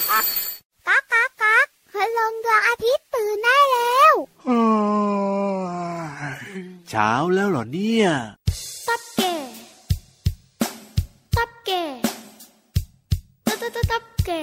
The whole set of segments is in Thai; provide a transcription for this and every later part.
ก๊ากก๊ากก๊ากพลังดวงอาทิตย์ตื่นได้แล้วเช้าแล้วเหรอเนี่ยตับแก่ตับแก่ตับแก่ตับแก่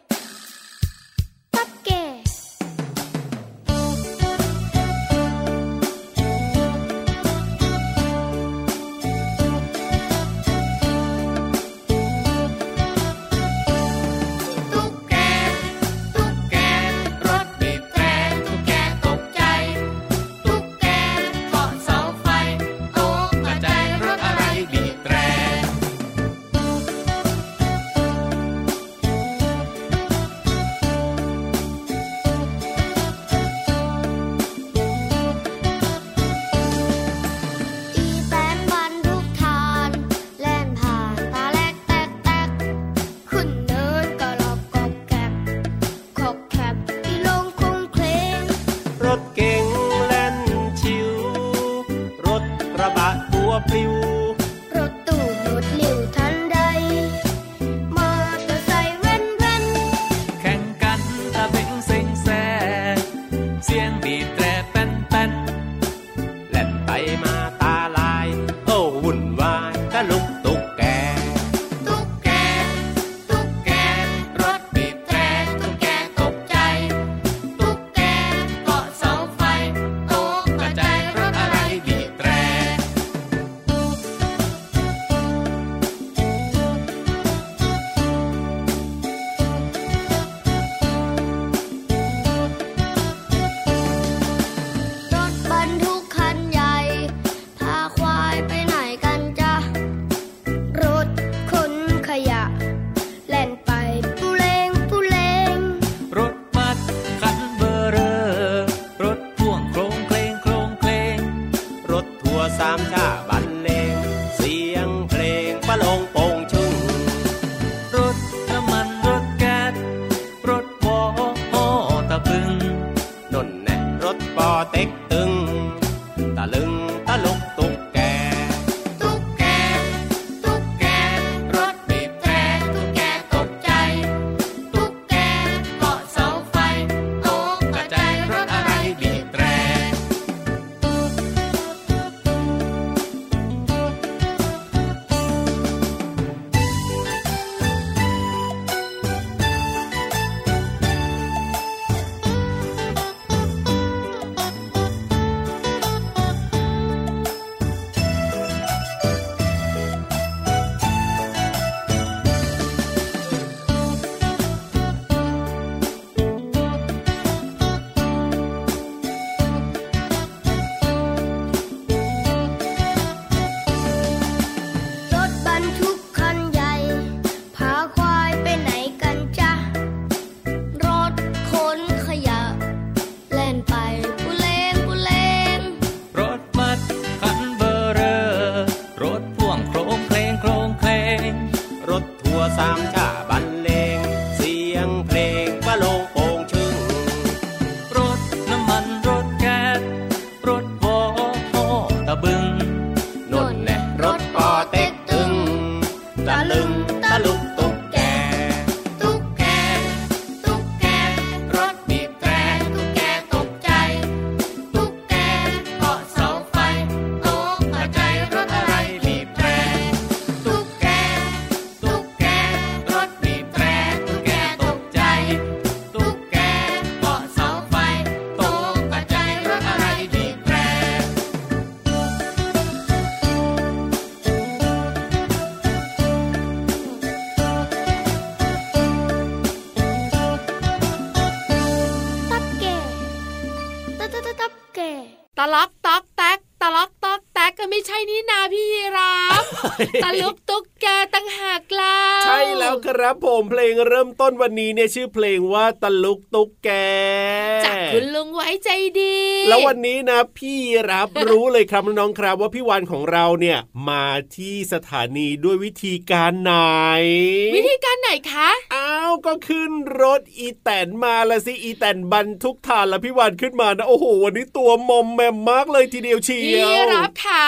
ตะล็อกตอกแตกตะล็อกตอกแตกก็ไม่ใช่นี่นาพี่รับตะลุกตุ๊กแกตั้งหากล่ะใช่แล้วครับผมเพลงเริ่มต้นวันนี้เนี่ยชื่อเพลงว่าตะลุกตุ๊กแกจากคุณลุงไว้ใจดีแล้ววันนี้นะพี่รับรู้เลยครับน้องๆครับว่าพี่วานของเราเนี่ยมาที่สถานีด้วยวิธีการไหนวิธีการไหนคะอ้าวก็ขึ้นรถอีแตนมาละสิอีแตนบรรทุกถ่านแล้วพี่วานขึ้นมานะโอ้โหวันนี้ตัวมอมแมมมากเลยทีเดียวเชียวพี่รับค่ะ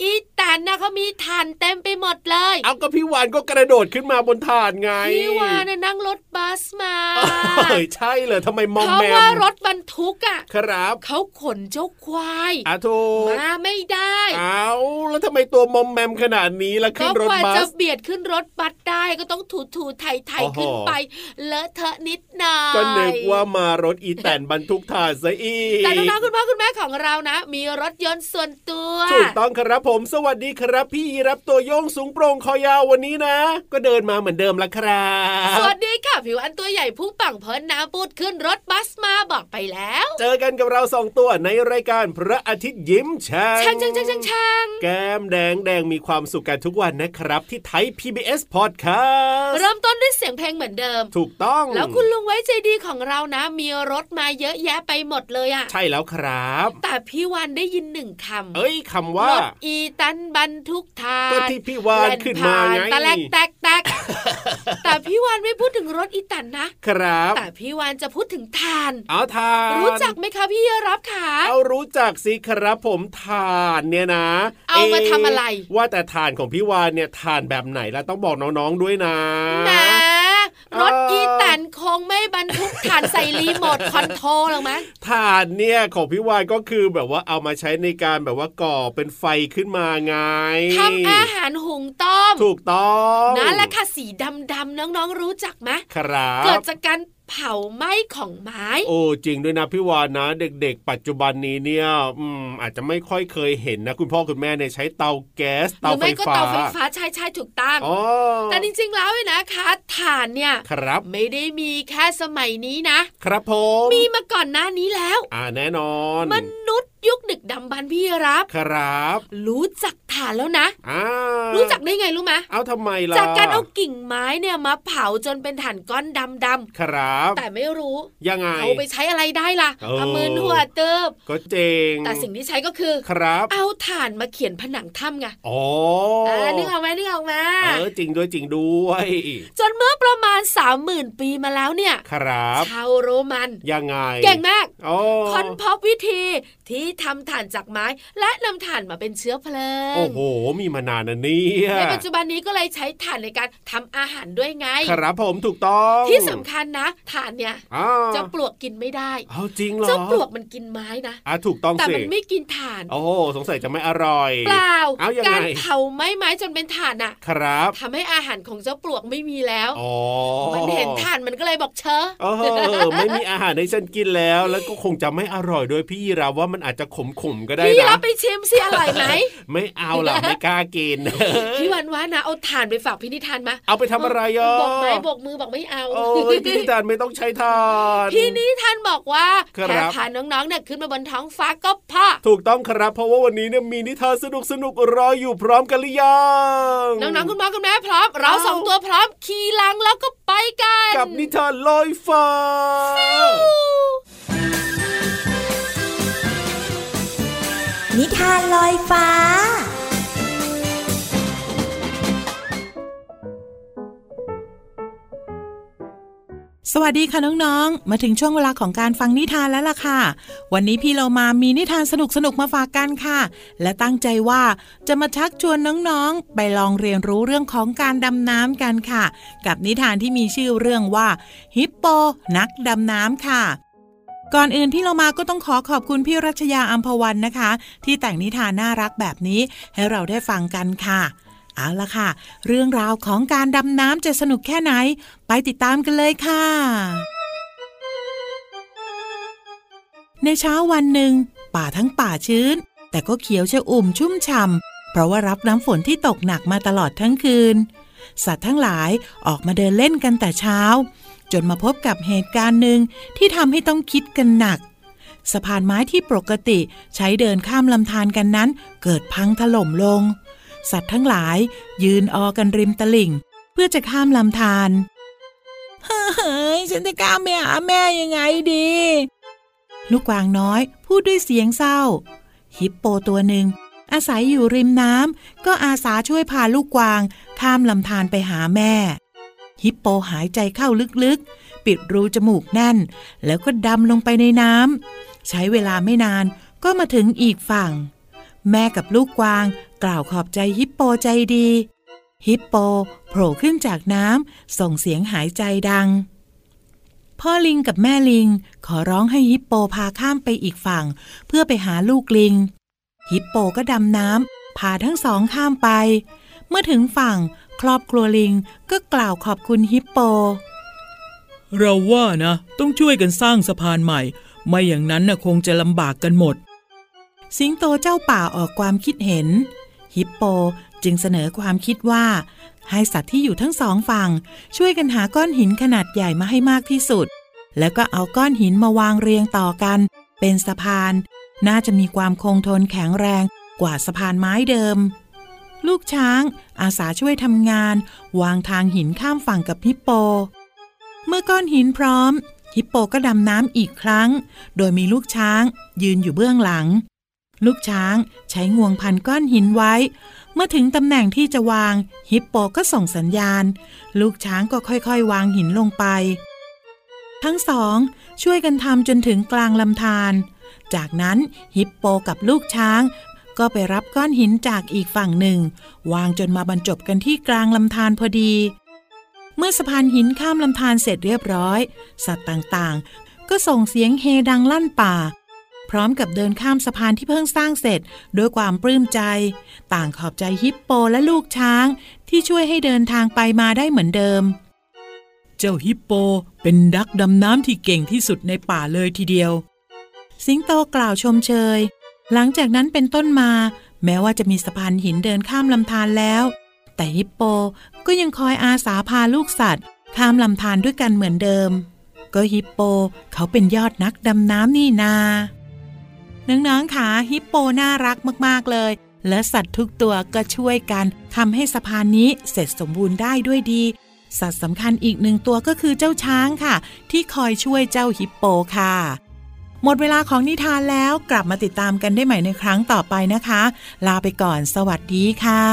อีแตนนะเขามีถ่านเต็มไปหมดเลยเอาก็พี่วานก็กระโดดขึ้นมาบนถ่านไงพี่วานนั่งรถบัสมาใช่เลยทำไมมอมแมมเพราะว่ารถบรรทุกอ่ะครับเขาขนเจ้าควายถูกมาไม่ได้เอาแล้วทำไมตัวมอมแมมขนาดนี้ล่ะขึ้นรถบัสก็กว่าจะเบียดขึ้นรถบัสได้ก็ต้องถูๆไถๆขึ้นไปเลอะเทอะนิดหน่อยก็นึกว่ามารถอีแตนบรรทุกถ่านซะอีกแต่น้องๆคุณพ่อคุณแม่ของเรานะมีรถยนต์ส่วนตัวถูกต้องครับผมสวัสดีครับพี่รับตัวโยงสูงโปร่งคอยาววันนี้นะก็เดินมาเหมือนเดิมละครับสวัสดีค่ะผิวอันตัวใหญ่พุ่งปังเพิ่นน้ำปูดขึ้นรถบัสมาบอกไปแล้วเจอกันกับเรา2ตัวในรายการพระอาทิตย์ยิ้มแฉ่งแก้มแดงมีความสุขกันทุกวันนะครับที่ไทย PBS Podcast เริ่มต้นด้วยเสียงเพลงเหมือนเดิมถูกต้องแล้วคุณลุงไว้ใจดีของเรานะมีรถมาเยอะแยะไปหมดเลยอ่ะใช่แล้วครับแต่พี่วานได้ยิน1 คำคำว่ารถอีตันบรรทุกถ่านก็ที่พี่วานขึ้นมาไงตะแลกแตกแต่พี่วานไม่พูดถึงรถอีตันนะครับแต่พี่วานจะพูดถึงถ่านถ่านรู้จักไหมคะพี่รับค่ะเอารู้จักสิครับผมถ่านเนี่ยนะเอามาทำอะไรว่าแต่ถ่านของพี่วานเนี่ยถ่านแบบไหนแล้วต้องบอกน้องๆด้วยนะรถอีแตนคงไม่บรรทุกถ่านใส่รีโมทคอนโทรลหรอกมั้งถ่านเนี่ยของพี่วานก็คือแบบว่าเอามาใช้ในการแบบว่าก่อเป็นไฟขึ้นมาไงทำอาหารหุงต้มถูกต้องนั่นแหละค่ะสีดำๆน้องๆรู้จักไหมครับเกิดจากการเผาไหม้ของไม้โอ้จริงด้วยนะพี่วานนะเด็กๆปัจจุบันนี้เนี่ยอาจจะไม่ค่อยเคยเห็นนะคุณพ่อคุณแม่เนี่ยใช้เตาแก๊สเตาไฟฟ้าหรือไม่ก็เตาไฟฟ้าใช่ถูกต้องแต่จริงๆแล้วนะคะถ่านเนี่ยไม่ได้มีแค่สมัยนี้นะครับผมมีมาก่อนหน้านี้แล้วแน่นอนมนุษย์ยุคดึกดำบรรพ์พี่รับครับรู้จักถ่านแล้วนะรู้จักได้ไงรู้ไหมเอาทำไมล่ะจากการเอากิ่งไม้เนี่ยมาเผาจนเป็นถ่านก้อนดำๆครับแต่ไม่รู้ยังไงเอาไปใช้อะไรได้ล่ะเอามือหัวเติบก็เจ๋งแต่สิ่งที่ใช้ก็คือครับเอาถ่านมาเขียนผนังถ้ำไงนึกออกไหมจริงด้วยจนเมื่อประมาณ 30,000 ปีมาแล้วเนี่ยครับชาวโรมันยังไงเก่งมากค้นพบวิธีที่ทำถ่านจากไม้และนำถ่านมาเป็นเชื้อเพลิงโอ้โหมีมานานนะเนี่ยในปัจจุบันนี้ก็เลยใช้ถ่านในการทำอาหารด้วยไงครับผมถูกต้องที่สำคัญนะถ่านเนี่ยจะปลวกกินไม่ได้จริงเหรอเจ้าปลวกมันกินไม้นะถูกต้องสิแต่มันไม่กินถ่านโอ้สงสัยจะไม่อร่อยเปล่าการเผาไม้จนเป็นถ่านอะครับทำให้อาหารของเจ้าปลวกไม่มีแล้วมันเห็นถ่านมันก็เลยบอกเชอะไม่มีอาหารให้ฉันกินแล้วก็คงจะไม่อร่อยด้วยพี่ราว่ามันอาจจะขมก็ได้นะพี่รับไปชิมสิอร่อยไหมไม่เอาล่ะไม่กล้ากินพี่วันว่านะเอาถ่านไปฝากพี่นิทานมาเอาไปทำอะไรบอกไม้บอกมือบอกไม่เอาพี่นิทานไม่ต้องใช้ถ่านพี่นิทานบอกว่าแค่พาน้องๆเนี่ยขึ้นมาบนท้องฟ้าก็พอถูกต้องครับเพราะว่าวันนี้เนี่ยมีนิทานสนุกรออยู่พร้อมกันหรือยังน้องๆคุณพ่อคุณแม่พร้อมเรา2ตัวพร้อมขี่หลังแล้วก็ไปกันกับนิทานลอยฟ้านิทานลอยฟ้าสวัสดีค่ะน้องๆมาถึงช่วงเวลาของการฟังนิทานแล้วล่ะค่ะวันนี้พี่เรามามีนิทานสนุกๆมาฝากกันค่ะและตั้งใจว่าจะมาชักชวนน้องๆไปลองเรียนรู้เรื่องของการดำน้ำกันค่ะกับนิทานที่มีชื่อเรื่องว่าฮิปโปนักดำน้ำค่ะก่อนอื่นพี่เรามาก็ต้องขอบคุณพี่รัชยาอัมพวันนะคะที่แต่งนิทานน่ารักแบบนี้ให้เราได้ฟังกันค่ะเอาล่ะค่ะเรื่องราวของการดำน้ำจะสนุกแค่ไหนไปติดตามกันเลยค่ะในเช้าวันหนึ่งป่าทั้งป่าชื้นแต่ก็เขียวชอุ่มชุ่มฉ่ำเพราะว่ารับน้ำฝนที่ตกหนักมาตลอดทั้งคืนสัตว์ทั้งหลายออกมาเดินเล่นกันแต่เช้าจนมาพบกับเหตุการณ์หนึ่งที่ทำให้ต้องคิดกันหนักสะพานไม้ที่ปกติใช้เดินข้ามลำธารกันนั้นเกิดพังถล่มลงสัตว์ทั้งหลายยืนออกันริมตลิ่งเพื่อจะข้ามลำธารเฮ้ยฉันจะข้ามไปหาแม่ยังไงดีลูกกวางน้อยพูดด้วยเสียงเศร้าฮิปโปตัวหนึ่งอาศัยอยู่ริมน้ำก็อาสาช่วยพาลูกกวางข้ามลำธารไปหาแม่ฮิปโปหายใจเข้าลึกๆปิดรูจมูกแน่นแล้วก็ดำลงไปในน้ำใช้เวลาไม่นานก็มาถึงอีกฝั่งแม่กับลูกกวางกล่าวขอบใจฮิปโปใจดีฮิปโปโผล่ขึ้นจากน้ำส่งเสียงหายใจดังพ่อลิงกับแม่ลิงขอร้องให้ฮิปโปพาข้ามไปอีกฝั่งเพื่อไปหาลูกลิงฮิปโปก็ดำน้ำพาทั้งสองข้ามไปเมื่อถึงฝั่งครอบครัวลิงก็กล่าวขอบคุณฮิปโปเราว่านะต้องช่วยกันสร้างสะพานใหม่ไม่อย่างนั้นคงจะลำบากกันหมดสิงโตเจ้าป่าออกความคิดเห็นฮิปโปจึงเสนอความคิดว่าให้สัตว์ที่อยู่ทั้งสองฝั่งช่วยกันหาก้อนหินขนาดใหญ่มาให้มากที่สุดแล้วก็เอาก้อนหินมาวางเรียงต่อกันเป็นสะพานน่าจะมีความคงทนแข็งแรงกว่าสะพานไม้เดิมลูกช้างอาสาช่วยทำงานวางทางหินข้ามฝั่งกับฮิปโปเมื่อก้อนหินพร้อมฮิปโปก็ดำน้ำอีกครั้งโดยมีลูกช้างยืนอยู่เบื้องหลังลูกช้างใช้งวงพันก้อนหินไว้เมื่อถึงตำแหน่งที่จะวางฮิปโปก็ส่งสัญญาณลูกช้างก็ค่อยๆวางหินลงไปทั้งสองช่วยกันทำจนถึงกลางลำธารจากนั้นฮิปโปกับลูกช้างก็ไปรับก้อนหินจากอีกฝั่งหนึ่งวางจนมาบรรจบกันที่กลางลำธารพอดีเมื่อสะพานหินข้ามลำธารเสร็จเรียบร้อยสัตว์ต่างๆก็ส่งเสียงเฮดังลั่นป่าพร้อมกับเดินข้ามสะพานที่เพิ่งสร้างเสร็จด้วยความปลื้มใจต่างขอบใจฮิปโปและลูกช้างที่ช่วยให้เดินทางไปมาได้เหมือนเดิมเจ้าฮิปโปเป็นนักดำน้ำที่เก่งที่สุดในป่าเลยทีเดียวสิงโตกล่าวชมเชยหลังจากนั้นเป็นต้นมาแม้ว่าจะมีสะพานหินเดินข้ามลำธารแล้วแต่ฮิปโปก็ยังคอยอาสาพาลูกสัตว์ข้ามลำธารด้วยกันเหมือนเดิมก็ฮิปโปเขาเป็นยอดนักดำน้ำนี่นาน้องๆค่ะฮิปโปน่ารักมากๆเลยและสัตว์ทุกตัวก็ช่วยกันทำให้สะพานนี้เสร็จสมบูรณ์ได้ด้วยดีสัตว์สำคัญอีกหนึ่งตัวก็คือเจ้าช้างค่ะที่คอยช่วยเจ้าฮิปโปค่ะหมดเวลาของนิทานแล้วกลับมาติดตามกันได้ใหม่ในครั้งต่อไปนะคะลาไปก่อนสวัสดีค่ะ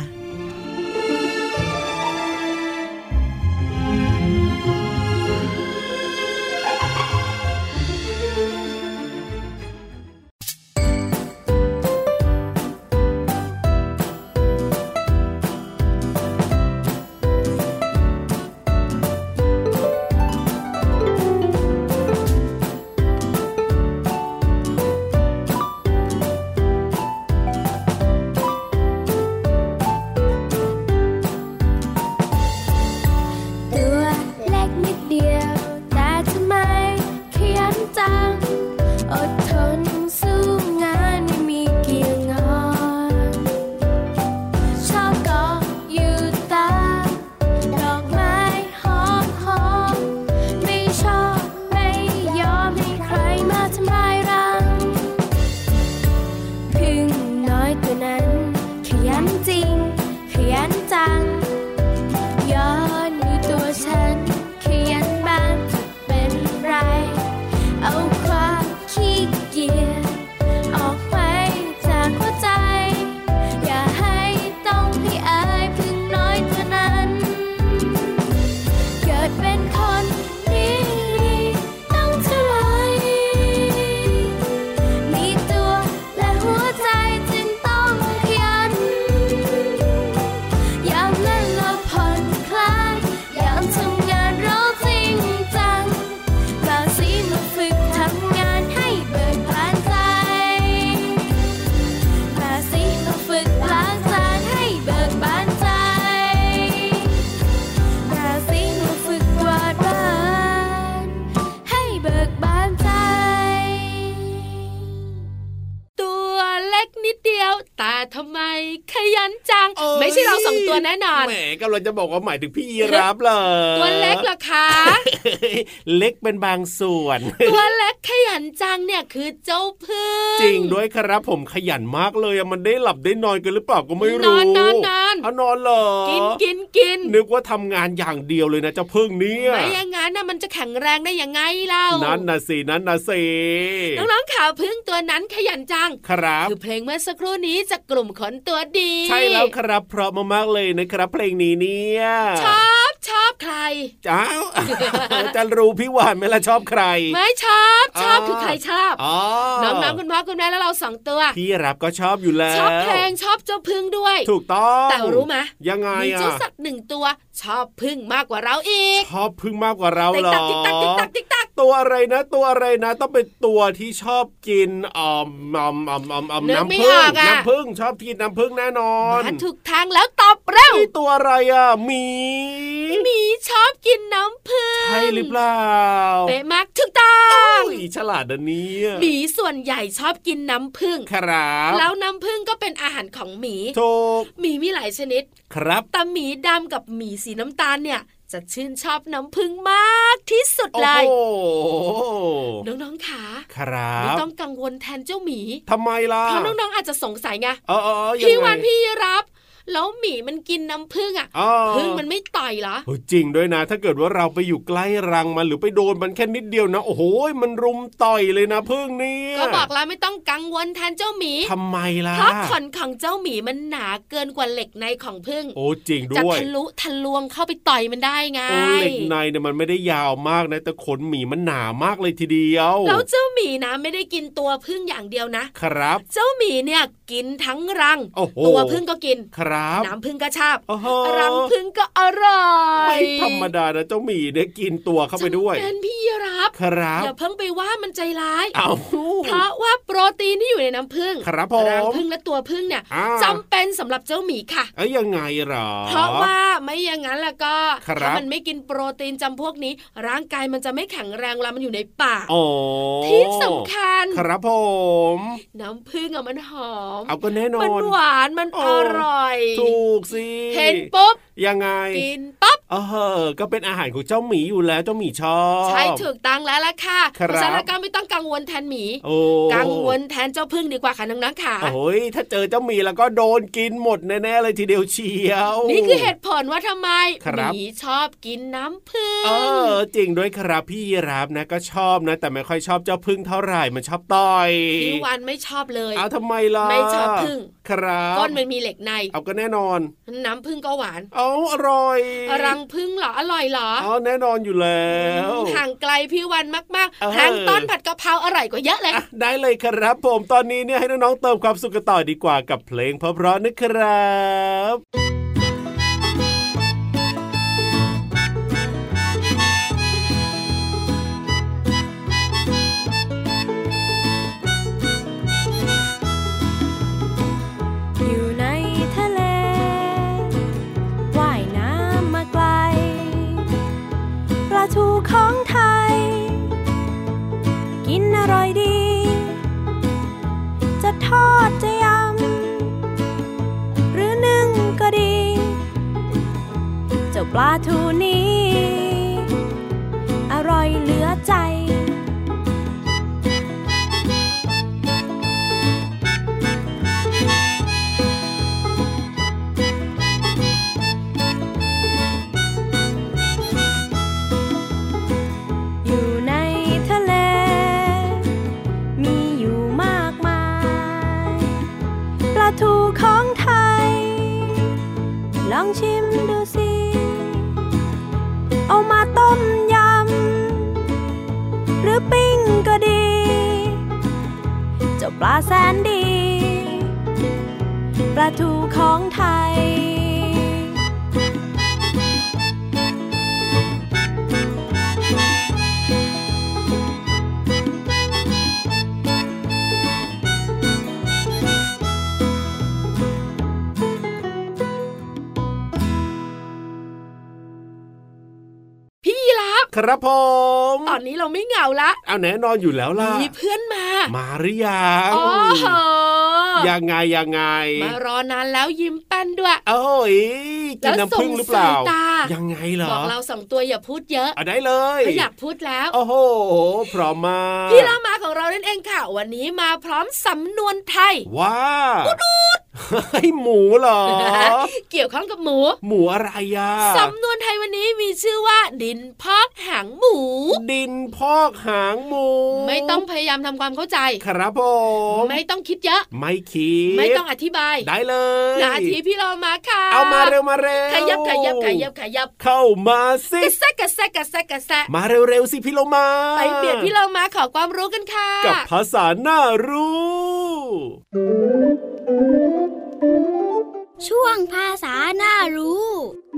ทำไมขยันจังไม่ใช่เราสองตัวแน่นอนแหมกำลังจะบอกว่าหมายถึงพี่ยีราฟเลยตัวเล็กเหรอคะเล็กเป็นบางส่วนตัวเล็กขยันจังเนี่ยคือเจ้าพึ่งจริงด้วยครับผมขยันมากเลยมันได้หลับได้นอนกันหรือเปล่าก็ไม่รู้นอนนอนเหรอกินนึกว่าทำงานอย่างเดียวเลยนะเจ้าพึ่งเนี่ยไม่อย่างงั้นนะมันจะแข็งแรงได้ยังไงเล่านั่นน่ะสิน้องๆข่าวพึ่งตัวนั้นขยันจังครับคือเพลงเมื่อสักครู่นี้จากกลุ่มคนตัวดีใช่แล้วครับเพราะมากๆเลยนะครับเพลงนี้เนี่ยชอบชอบใครอ้าวจะรู้พี่วานไหมล่ะชอบใครไม่ชอบคือใครชอบน้องๆคุณพ่อคุณแม่แล้วเรา2ตัวพี่รับก็ชอบอยู่แล้วชอบเพลงชอบเจ้าพึ่งด้วยถูกต้องแต่รู้ไหมยังไงมีเจ้าสัตว์1ตัวชอบพึ่งมากกว่าเราอีกชอบพึ่งมากกว่าเราเหรอติ๊กตักติ๊กตักติ๊กตักตัวอะไรนะต้องเป็นตัวที่ชอบกินน้ำผึ้งชอบกินน้ำผึ้งแน่นอนถูกทางแล้วตอบเร็วตัวอะไรอ่ะหมีชอบกินน้ำผึ้งใช่หรือเปล่าเป๊ะมากถูกต้องฉลาดนะเนี่ยหมีส่วนใหญ่ชอบกินน้ำผึ้งครับแล้วน้ำผึ้งก็เป็นอาหารของหมีถูกหมีมีหลายชนิดครับแต่หมีดำกับหมีสีน้ำตาลเนี่ยจะชื่นชอบน้ำผึ้งมากที่สุดเลยน้องๆขาครับไม่ต้องกังวลแทนเจ้าหมีทำไมล่ะเพราะน้องๆอาจจะสงสัยไงพี่วานพี่รับแล้วหมีมันกินน้ำผึ้งผึ้งมันไม่ต่อยเหรอจริงด้วยนะถ้าเกิดว่าเราไปอยู่ใกล้รังมันหรือไปโดนมันแค่นิดเดียวนะโอ้โหมันรุมต่อยเลยนะผึ้งนี่ก็บอกแล้วไม่ต้องกังวลแทนเจ้าหมีทำไมล่ะเพราะขนของเจ้าหมีมันหนาเกินกว่าเหล็กในของผึ้งโอ้จริงด้วยจะทะลุทะลวงเข้าไปต่อยมันได้ไงเหล็กในเนี่ยมันไม่ได้ยาวมากนะแต่ขนหมีมันหนามากเลยทีเดียวแล้วเจ้าหมีนะไม่ได้กินตัวผึ้งอย่างเดียวนะครับเจ้าหมีเนี่ยกินทั้งรังตัวผึ้งก็กินครับน้ำผึ้งก็รังผึ้งก็อร่อยไม่ธรรมดานะเจ้าหมีเนี่ยกินตัวเข้าไปด้วยเป็นพี่รับครับอย่าเพิ่งไปว่ามันใจร้ายเพราะว่าโปรตีนที่อยู่ในน้ำผึ้งครับผมรังผึ้งและตัวผึ้งเนี่ยจำเป็นสำหรับเจ้าหมีค่ะยังไงหรอเพราะว่าไม่อย่างนั้นแล้วก็ถ้ามันไม่กินโปรตีนจำพวกนี้ร่างกายมันจะไม่แข็งแรงเวลามันอยู่ในปากที่สำคัญครับผมน้ำผึ้งมันหอมเอาก็แน่นอนมันหวานมันอร่อยถูกสิเห็นปุ๊บยังไงกินปั๊บก็เป็นอาหารของเจ้าหมีอยู่แล้วเจ้าหมีชอบใช่ถูกตั้งแล้วล่ะค่ะเพราะฉะนั้นก็ไม่ต้องกังวลแทนหมีกังวลแทนเจ้าผึ้งดีกว่าค่ะน้องๆค่ะโอ้ยถ้าเจอเจ้าหมีแล้วก็โดนกินหมดแน่ๆเลยทีเดียวเชียวนี่คือเหตุผลว่าทำไมหมีชอบกินน้ำผึ้งจริงด้วยครับพี่รับนะก็ชอบนะแต่ไม่ค่อยชอบเจ้าผึ้งเท่าไหร่มันชอบต่อยพี่วันไม่ชอบเลยทำไมล่ะไม่ชอบผึ้งครับก้อนมันมีเหล็กในเอาก็แน่นอนน้ำผึ้งก็หวานอร่อยรังผึ้งเหรออร่อยเหรอแน่นอนอยู่แล้วห่างไกลพี่วันมากๆแพลงต้นผัดกะเพราอร่อยกว่าเยอะเลยได้เลยครับผมตอนนี้เนี่ยให้น้องๆเติมความสุขกันต่อดีกว่ากับเพลงเพราะๆนะครับของไทยกินอร่อยดีจะทอดจะยำหรือนึ่งก็ดีเจ้าปลาทูนี้อร่อยเหลือใจลองชิมดูสิเอามาต้มยำหรือปิ้งก็ดีเจ้าปลาแสนดีปลาทูของไทยครับผมตอนนี้เราไม่เหงาละเอาแน่นอนอยู่แล้วล่ะมีเพื่อนมาหรือยังยังไงมารอนานแล้วยิ้มแป้นด้วยโอ้ยกินน้ำผึ้งหรือเปล่ายังไงเหรอบอกเรา2ตัวอย่าพูดเยอะได้เลยไม่อยากพูดแล้วโอ้โหพร้อมมาพี่เรามาของเราเล่นเองค่ะวันนี้มาพร้อมสำนวนไทยว้าให้หมูเหรอเกี่ยวข้องกับหมูหมูอะไรอ่ะสำนวนไทยวันนี้มีชื่อว่าดินพอกหางหมูดินพอกหางหมูไม่ต้องพยายามทำความเข้าใจครับผมไม่ต้องคิดเยอะไม่คิดไม่ต้องอธิบายได้เลยนาทีพี่เรามาค่ะเอามาเร็วมาเร็วขยับเข้ามาสิกระแซะมาเร็วๆสิพี่เรามาไปเบียดพี่เรามาขอความรู้กันค่ะกับภาษาน่ารู้ช่วงภาษาน่ารู้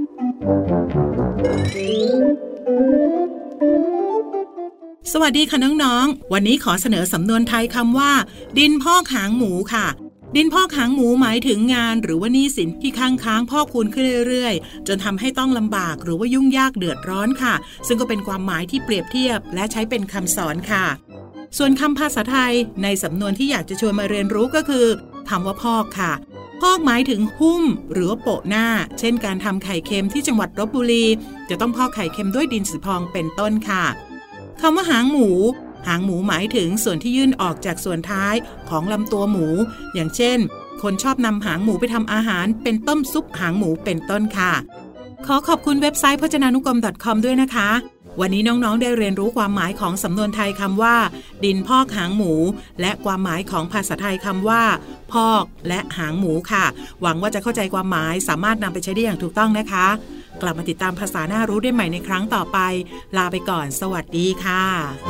สวัสดีค่ะน้องๆวันนี้ขอเสนอสำนวนไทยคำว่าดินพอกหางหมูค่ะดินพอกหางหมูหมายถึงงานหรือว่าหนี้สินที่ค้างพอกพูนขึ้นเรื่อยๆจนทำให้ต้องลำบากหรือว่ายุ่งยากเดือดร้อนค่ะซึ่งก็เป็นความหมายที่เปรียบเทียบและใช้เป็นคำสอนค่ะส่วนคำภาษาไทยในสำนวนที่อยากจะชวนมาเรียนรู้ก็คือคำว่าพอกค่ะพอกหมายถึงหุ้มหรือว่าโปะหน้าเช่นการทำไข่เค็มที่จังหวัดลพบุรีจะต้องพอกไข่เค็มด้วยดินสอพองเป็นต้นค่ะคำว่าหางหมูหมายถึงส่วนที่ยื่นออกจากส่วนท้ายของลำตัวหมูอย่างเช่นคนชอบนำหางหมูไปทำอาหารเป็นต้มซุปหางหมูเป็นต้นค่ะขอขอบคุณเว็บไซต์พจนานุกรม .com ด้วยนะคะวันนี้น้องๆได้เรียนรู้ความหมายของสำนวนไทยคำว่าดินพอกหางหมูและความหมายของภาษาไทยคำว่าพอกและหางหมูค่ะหวังว่าจะเข้าใจความหมายสามารถนำไปใช้ได้อย่างถูกต้องนะคะกลับมาติดตามภาษาน่ารู้ได้ใหม่ในครั้งต่อไปลาไปก่อนสวัสดีค่ะ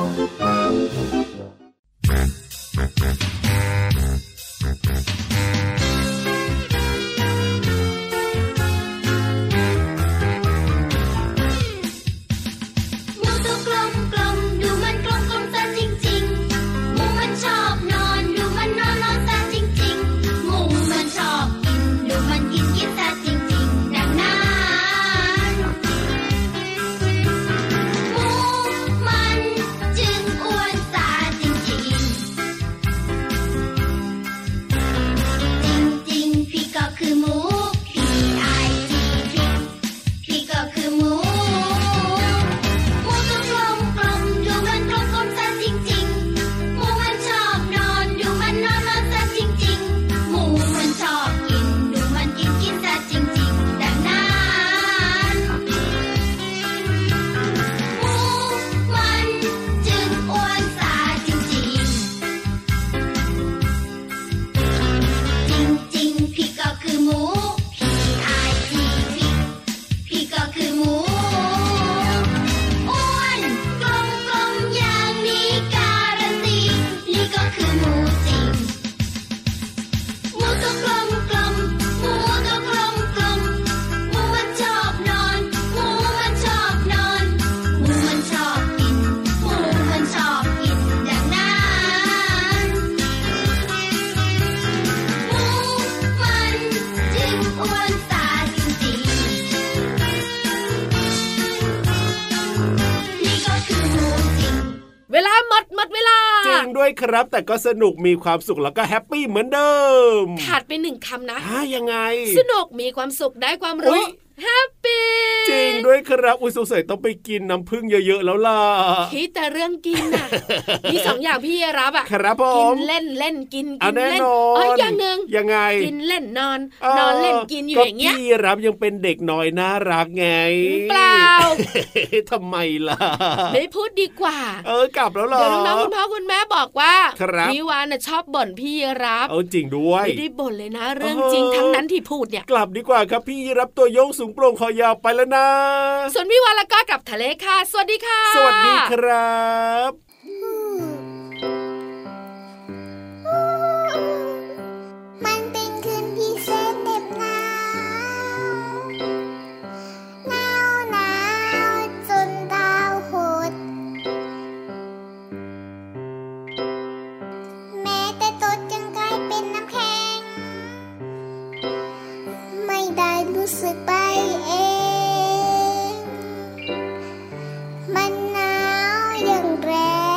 ด้วยครับแต่ก็สนุกมีความสุขแล้วก็แฮปปี้เหมือนเดิมขาดไปหนึ่งคำนะยังไงสนุกมีความสุขได้ความรู้แฮปปี้จริงด้วยครับสงสัยต้องไปกินน้ำผึ้งเยอะๆแล้วล่ะคิดแต่เรื่องกินน่ะมีสองอย่างพี่รับอ่ะครับผมกินเล่นกินเล่นอย่างนึงยังไงกินเล่นนอนเล่นกินอยู่อย่างเงี้ยพี่รับยังเป็นเด็กน้อยน่ารักไงเปล่าทำไมล่ะไม่พูดดีกว่ากลับแล้วเหรอเดี๋ยวน้องคุณพ่อคุณแม่บอกว่าพี่วานน่ะชอบบ่นพี่รับจริงด้วยไม่ได้บ่นเลยนะเรื่องจริงทั้งนั้นที่พูดเนี่ยกลับดีกว่าครับพี่รับตัวโยงสูงโปร่งคอยาวไปแล้วนะส่วนพี่วานแล้วก็กับทะเลค่ะสวัสดีค่ะสวัสดีครับมันเป็นคืนพิเศษเหน็บหนาวจนดาวหดแม้แต่ตดจึงกลายเป็นน้ำแข็งไม่ได้รู้สึกไปเองมันหนาวอย่างแรง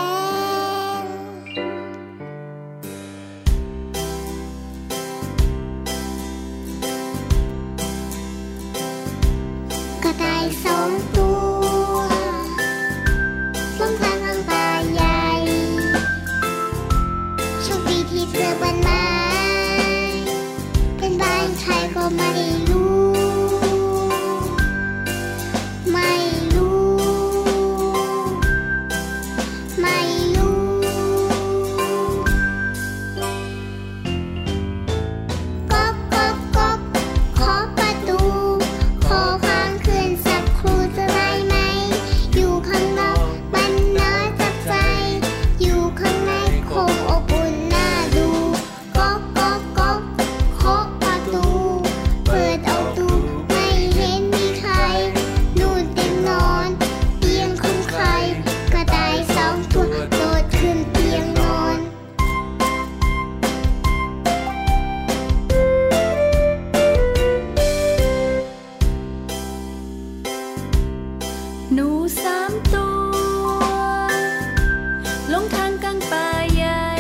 3 ตัวหลงทางกลางป่าใหญ่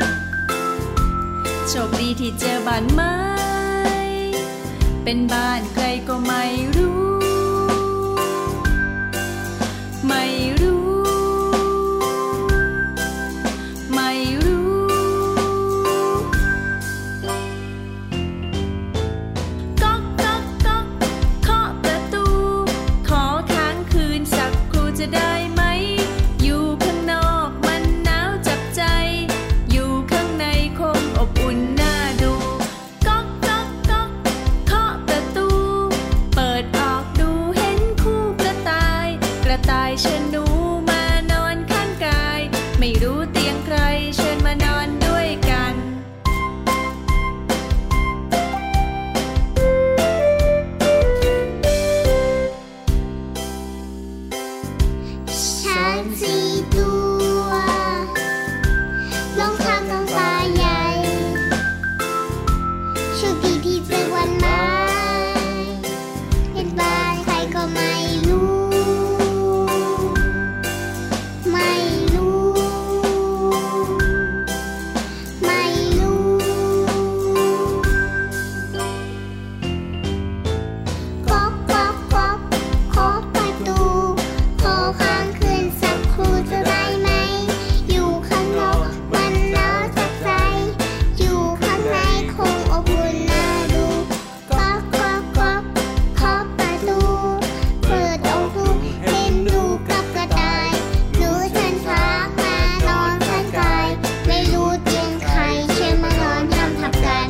โชคดีที่เจอบ้านไม้เป็นบ้านใครก็ไม่รู้ไม่รู้ไม่รู้ก๊อกก๊อกก๊อกเคาะประตูขอค้างคืนสักครู่จะได้ไหมอยู่ข้างนอกมันหนาวจับใจอยู่ข้างในคงอบอุ่นน่าดูก๊อกก๊อกก๊อกเคาะประตูเปิดออกดูเห็นคู่กระต่ายเชิญหนูมานอนข้างกายไม่รู้เตียงใครเชิญมานอนด้วยกันช้าง4 ตัวลงทางกลางป่าใหญ่โชคดีที่เจอวันไม้เป็นบ้านใครก็ไม่รู้ไม่รู้ไม่รู้ก๊อกก๊อกก๊อกเคาะประตูขอค้างคืนสักครู่จะได้ไหมอยู่ข้างนอกมันหนาวจับใจอยู่ข้างในคงอบอุ่นน่าดูก๊อกก๊อกก๊อกเคาะประตูเปิดออกดูเห็นดูกับกระต่ายหนูฉันพักมานอนข้างกายไม่รู้เตียงใครเชิญมานอนทับกัน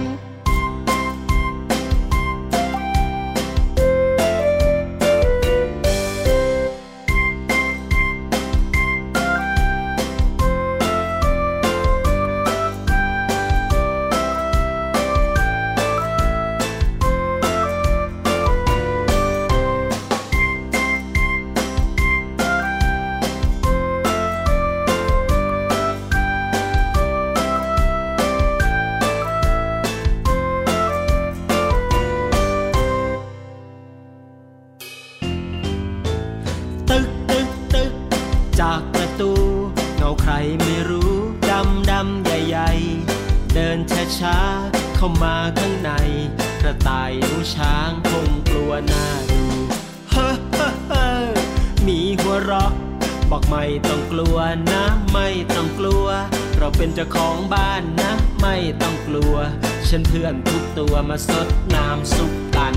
ตึกตึกตึกจากประตูเงาใครไม่รู้ดำดำใหญ่ๆเดินช้าๆเข้ามาข้างในกระต่ายหนูช้างคงกลัวหน้าดูเฮ้อเฮ้อเฮ้อมีหัวเราะบอกไม่ต้องกลัวนะไม่ต้องกลัวเราเป็นเจ้าของบ้านนะไม่ต้องกลัวฉันเพื่อนทุกตัวมาซดน้ำซุปกัน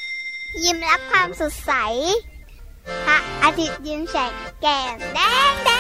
ยิ้มรับความสดใสพระอาทิตย์ยิ้มแฉกแก้มแดง